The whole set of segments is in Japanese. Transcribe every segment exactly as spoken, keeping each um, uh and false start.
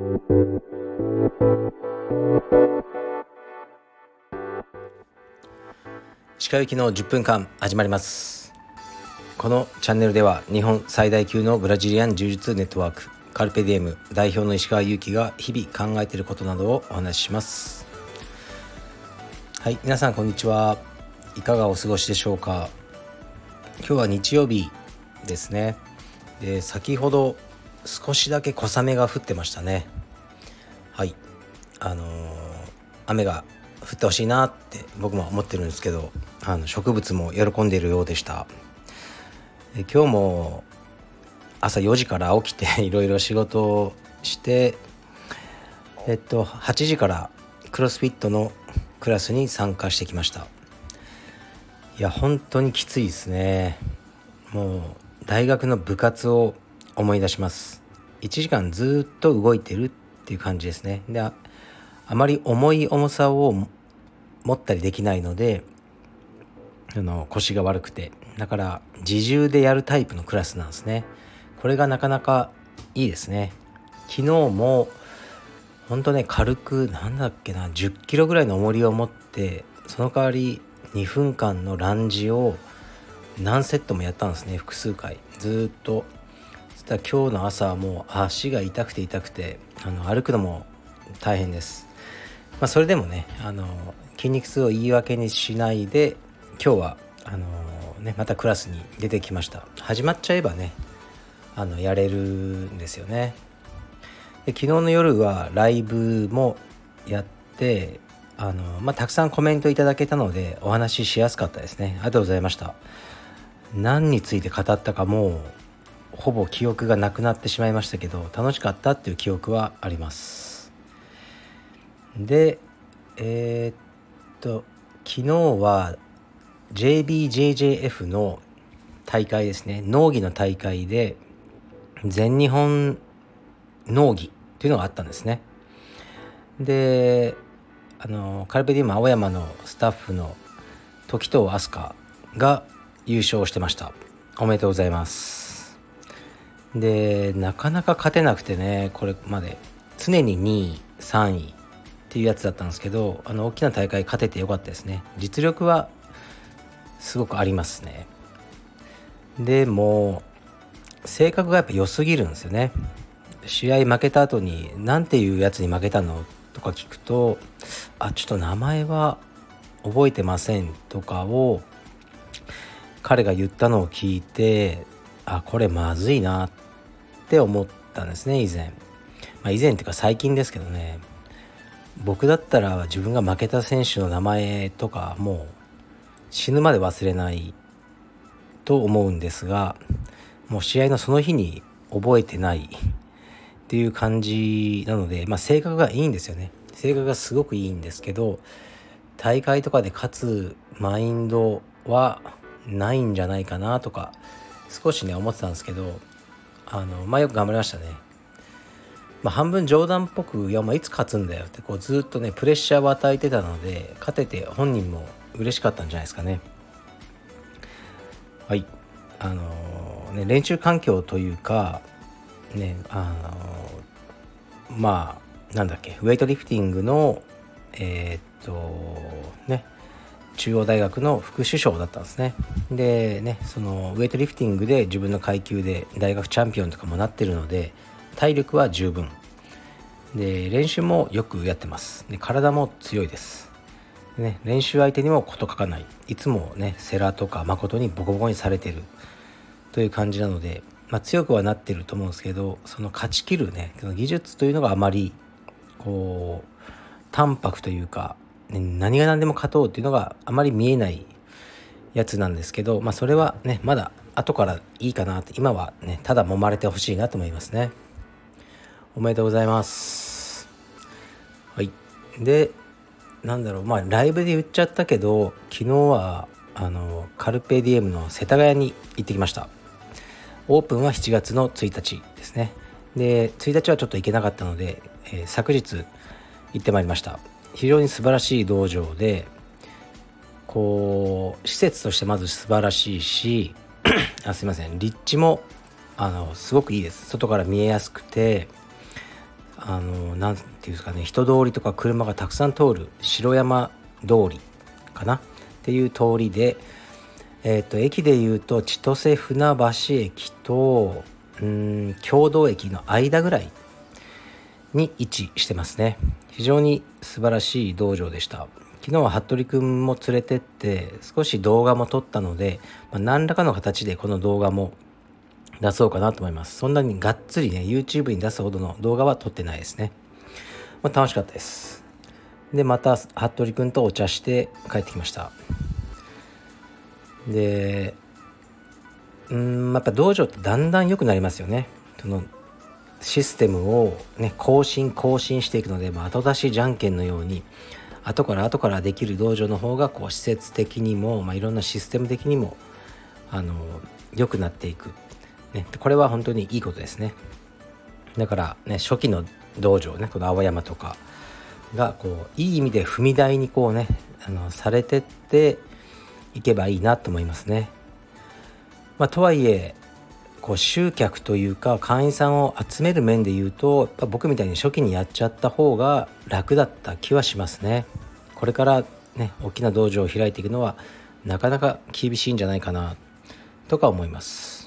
鹿行きのじゅっぷんかん始まります。このチャンネルでは日本最大級のブラジリアン柔術ネットワークカルペディエム代表の石川祐希が日々考えていることなどをお話しします。はい、皆さんこんにちは。いかがお過ごしでしょうか。今日は日曜日ですね。で、先ほど少しだけ小雨が降ってましたね。はい、あのー、雨が降ってほしいなって僕も思ってるんですけど、あの植物も喜んでいるようでした。で、今日も朝よじから起きていろいろ仕事をしてえっとはちじからクロスフィットのクラスに参加してきました。いや本当にきついですね。もう大学の部活を思い出します。いちじかんずっと動いてるっていう感じですね。で あ, あまり重い重さを持ったりできないので、あの腰が悪くて、だから自重でやるタイプのクラスなんですね。これがなかなかいいですね。昨日も本当ね、軽くなんだっけなじゅっキロぐらいの重りを持って、その代わりにふんかんのランジを何セットもやったんですね。複数回ずっと。そしたら今日の朝はもう足が痛くて痛くて、あの歩くのも大変です。まあ、それでもね、あの筋肉痛を言い訳にしないで今日はあの、ね、またクラスに出てきました。始まっちゃえばね、あのやれるんですよね。で、昨日の夜はライブもやってあの、まあ、たくさんコメントいただけたのでお話ししやすかったですね。ありがとうございました。何について語ったかもうほぼ記憶がなくなってしまいましたけど、楽しかったっていう記憶はあります。でえー、っと昨日は ジェービージェージェーエフ の大会ですね。農技の大会で全日本農技っていうのがあったんですね。で、あのカルペディウム青山のスタッフの時藤飛鳥が優勝してました。おめでとうございます。で、なかなか勝てなくてね、これまで常ににいさんいっていうやつだったんですけど、あの大きな大会勝ててよかったですね。実力はすごくありますね。でも性格がやっぱ良すぎるんですよね。試合負けた後になんていうやつに負けたのとか聞くと、あ、ちょっと名前は覚えてませんとかを彼が言ったのを聞いて、あ、これまずいなって思ったんですね。以前、まあ、以前っていうか最近ですけどね。僕だったら自分が負けた選手の名前とかもう死ぬまで忘れないと思うんですが、もう試合のその日に覚えてないっていう感じなので、まあ、性格がいいんですよね。性格がすごくいいんですけど、大会とかで勝つマインドはないんじゃないかなとか少しね思ってたんですけど、あのまあよく頑張りましたね。まあ、半分冗談っぽく、いや、まあいつ勝つんだよってこうずっとねプレッシャーを与えてたので、勝てて本人も嬉しかったんじゃないですかね。はい、あのー、ね練習環境というかね、あのー、まあなんだっけウェイトリフティングのえー、っとね中央大学の副主将だったんですね。でね、そのウェイトリフティングで自分の階級で大学チャンピオンとかもなってるので、体力は十分で、練習もよくやってます。で、体も強いです。で、ね、練習相手にも事欠かない。いつもね世良とか誠にボコボコにされてるという感じなので、まあ、強くはなってると思うんですけど、その勝ち切るねその技術というのがあまりこう淡白というか、ね、何が何でも勝とうっていうのがあまり見えないやつなんですけど、まあ、それはねまだ後からいいかなって、今はねただ揉まれてほしいなと思いますね。おめでとうございます。はい。で、なんだろう、まあライブで言っちゃったけど、昨日はあのカルペディエムの世田谷に行ってきました。オープンはしちがつのついたちですね。で、ついたちはちょっと行けなかったので、えー、昨日行ってまいりました。非常に素晴らしい道場で、こう施設としてまず素晴らしいしあ、すいません、立地もあのすごくいいです。外から見えやすくて、 あのなんていうんですかね、人通りとか車がたくさん通る城山通りかなっていう通りで、えー、と駅でいうと千歳船橋駅とうん経堂駅の間ぐらいに位置してますね。非常に素晴らしい道場でした。昨日は服部くんも連れてって少し動画も撮ったので、まあ、何らかの形でこの動画も出そうかなと思います。そんなにがっつりね YouTube に出すほどの動画は撮ってないですね。まあ、楽しかったです。でまた服部くんとお茶して帰ってきました。でうーんやっぱ道場ってだんだん良くなりますよね。そのシステムをね更新更新していくので、まあ、後出しじゃんけんのように後から後からできる道場の方がこう施設的にも、まあ、いろんなシステム的にもあの良くなっていく、ね、これは本当にいいことですね。だからね初期の道場ねこの青山とかがこういい意味で踏み台にこうねあのされてっていけばいいなと思いますね。まあ、とはいえこう集客というか会員さんを集める面で言うとやっぱ僕みたいに初期にやっちゃった方が楽だった気はしますね。これからね大きな道場を開いていくのはなかなか厳しいんじゃないかなとか思います。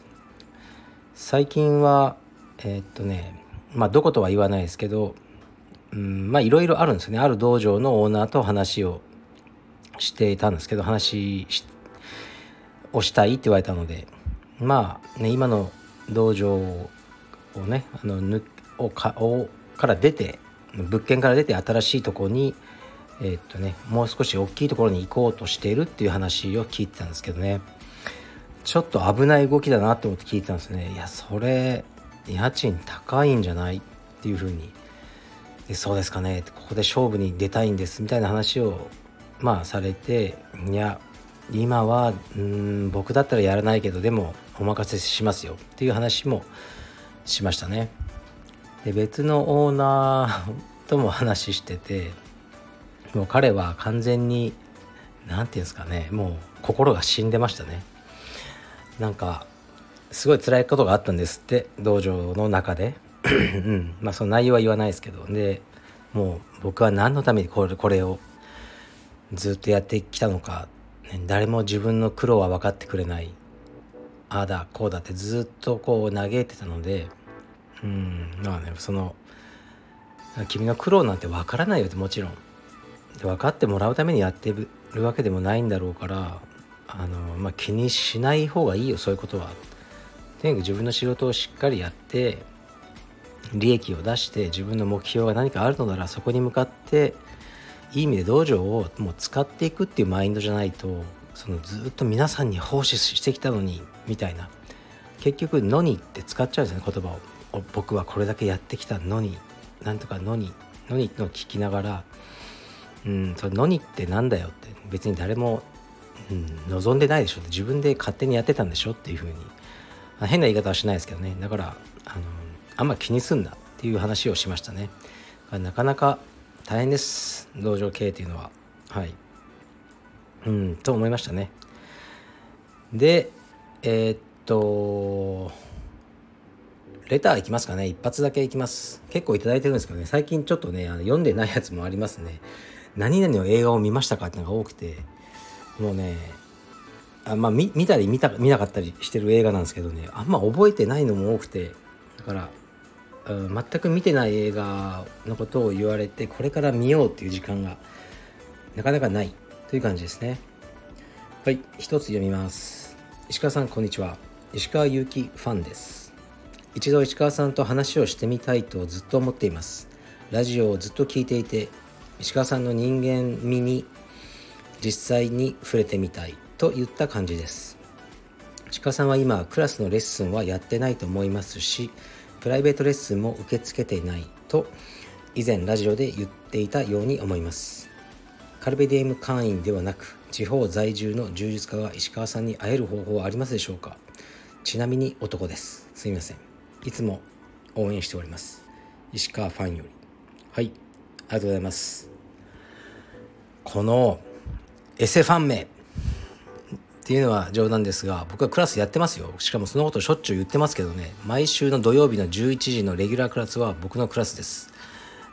最近はえー、っとねまあどことは言わないですけどうんまあいろいろあるんですよね。ある道場のオーナーと話をしていたんですけど話をしたいって言われたのでまあね今の道場をねあのぬをかをから出て物件から出て新しいところにえー、っとねもう少し大きいところに行こうとしているっていう話を聞いてたんですけどね、ちょっと危ない動きだなと思って聞いてたんですね。いやそれ家賃高いんじゃないっていう風にでそうですかねここで勝負に出たいんですみたいな話をまあされて、いや今はうーん僕だったらやらないけどでもお任せしますよっていう話もしましたね。で別のオーナーとも話しててもう彼は完全になんていうんですかねもう心が死んでましたね。なんかすごい辛いことがあったんですって道場の中でうん、まあその内容は言わないですけどでもう僕は何のためにこれ、これをずっとやってきたのか、ね、誰も自分の苦労は分かってくれないああだこうだってずっとこう嘆いてたのでうんまあねその君の苦労なんて分からないよってもちろんで分かってもらうためにやってるわけでもないんだろうからあの、まあ、気にしない方がいいよそういうことは。とにかく自分の仕事をしっかりやって利益を出して自分の目標が何かあるのならそこに向かっていい意味で道場をもう使っていくっていうマインドじゃないとそのずっと皆さんに奉仕してきたのにみたいな結局のにって使っちゃうんですね言葉を。僕はこれだけやってきたのになんとかのにのにの聞きながらうんそれのにってなんだよって別に誰も、うん、望んでないでしょって自分で勝手にやってたんでしょっていう風に変な言い方はしないですけどね。だからあのあんま気にすんなっていう話をしましたね。なかなか大変です道場経営っていうのは。はいうんと思いましたね。でえー、っとレターいきますかね。一発だけいきます。結構いただいてるんですけどね最近ちょっとねあの読んでないやつもありますね。何々の映画を見ましたかっていうのが多くてもうねあまあ 見, 見たり見た見なかったりしてる映画なんですけどねあんま覚えてないのも多くてだからうん、全く見てない映画のことを言われてこれから見ようっていう時間がなかなかないという感じですね。はい一つ読みます。石川さんこんにちは。石川祐希ファンです。一度石川さんと話をしてみたいとずっと思っています。ラジオをずっと聞いていて石川さんの人間味に実際に触れてみたいといった感じです。石川さんは今クラスのレッスンはやってないと思いますしプライベートレッスンも受け付けていないと以前ラジオで言っていたように思います。カルペディエム会員ではなく地方在住の柔術家が石川さんに会える方法はありますでしょうか。ちなみに男です。すみません。いつも応援しております。石川ファンより。はい、ありがとうございます。このエセファン名っていうのは冗談ですが僕はクラスやってますよ。しかもそのことをしょっちゅう言ってますけどね毎週の土曜日のじゅういちじのレギュラークラスは僕のクラスです。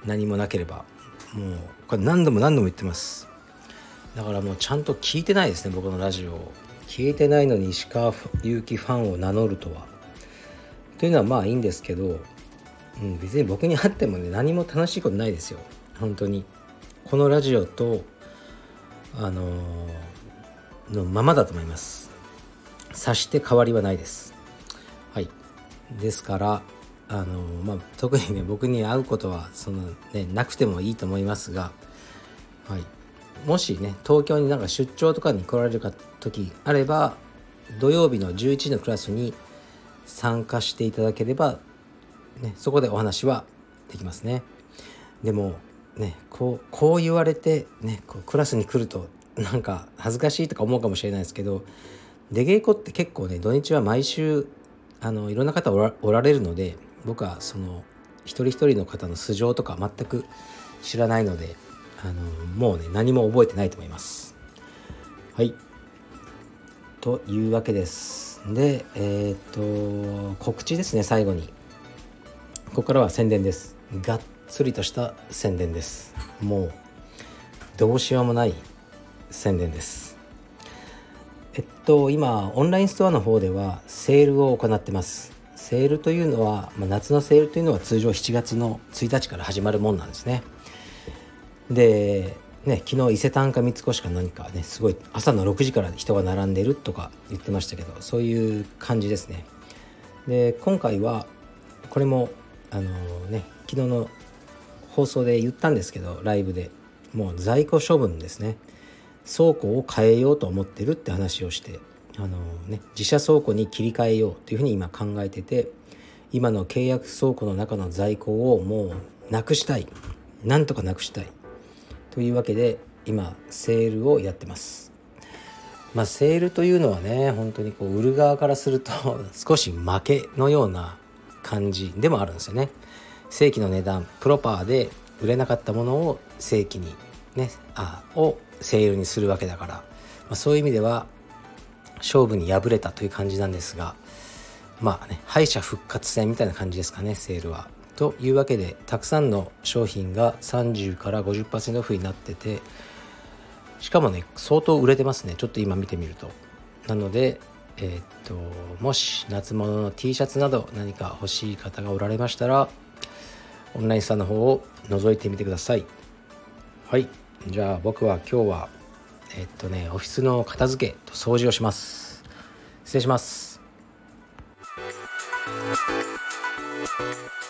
何もなければ。もうこれ何度も何度も言ってます。だからもうちゃんと聞いてないですね、僕のラジオを。聞いてないのに石川祐希ファンを名乗るとは。というのはまあいいんですけど、うん、別に僕に会ってもね何も楽しいことないですよ。本当にこのラジオとあのー、のままだと思います。さして変わりはないです。はい。ですからあのー、まあ特にね僕に会うことはそのねなくてもいいと思いますが、はい。もしね東京になんか出張とかに来られるか時あれば、土曜日のじゅういちじのクラスに参加していただければね、そこでお話はできますね。でもねこうこう言われてねこうクラスに来るとなんか恥ずかしいとか思うかもしれないですけど、出稽古って結構ね土日は毎週あのいろんな方お ら, おられるので、僕はその一人一人の方の素性とか全く知らないので、あのもうね何も覚えてないと思います。はいというわけです。でえっ、と告知ですね。最後にここからは宣伝です。がっつりとした宣伝です。もうどうしようもない宣伝です。えっと今オンラインストアの方ではセールを行ってます。セールというのは、まあ、夏のセールというのは通常しちがつのついたちから始まるもんなんですね。でね、昨日伊勢丹か三越か何かね、すごい朝のろくじから人が並んでるとか言ってましたけど、そういう感じですね。で今回はこれもあのね昨日の放送で言ったんですけど、ライブでもう在庫処分ですね、倉庫を変えようと思ってるって話をして、あのね自社倉庫に切り替えようというふうに今考えてて、今の契約倉庫の中の在庫をもうなくしたい、なんとかなくしたいというわけで今セールをやってます。まあセールというのはね、本当にこう売る側からすると少し負けのような感じでもあるんですよね。正規の値段プロパーで売れなかったものを正規にねあをセールにするわけだから、まあ、そういう意味では勝負に敗れたという感じなんですが、まあね敗者復活戦みたいな感じですかね、セールは。というわけでたくさんの商品がさんじゅうから ごじゅっパーセント オフになってて、しかもね相当売れてますね。ちょっと今見てみると。なのでえー、っともし夏物の T シャツなど何か欲しい方がおられましたら、オンラインストアの方を覗いてみてください。はい、じゃあ僕は今日はえー、っとねオフィスの片付けと掃除をします。失礼します。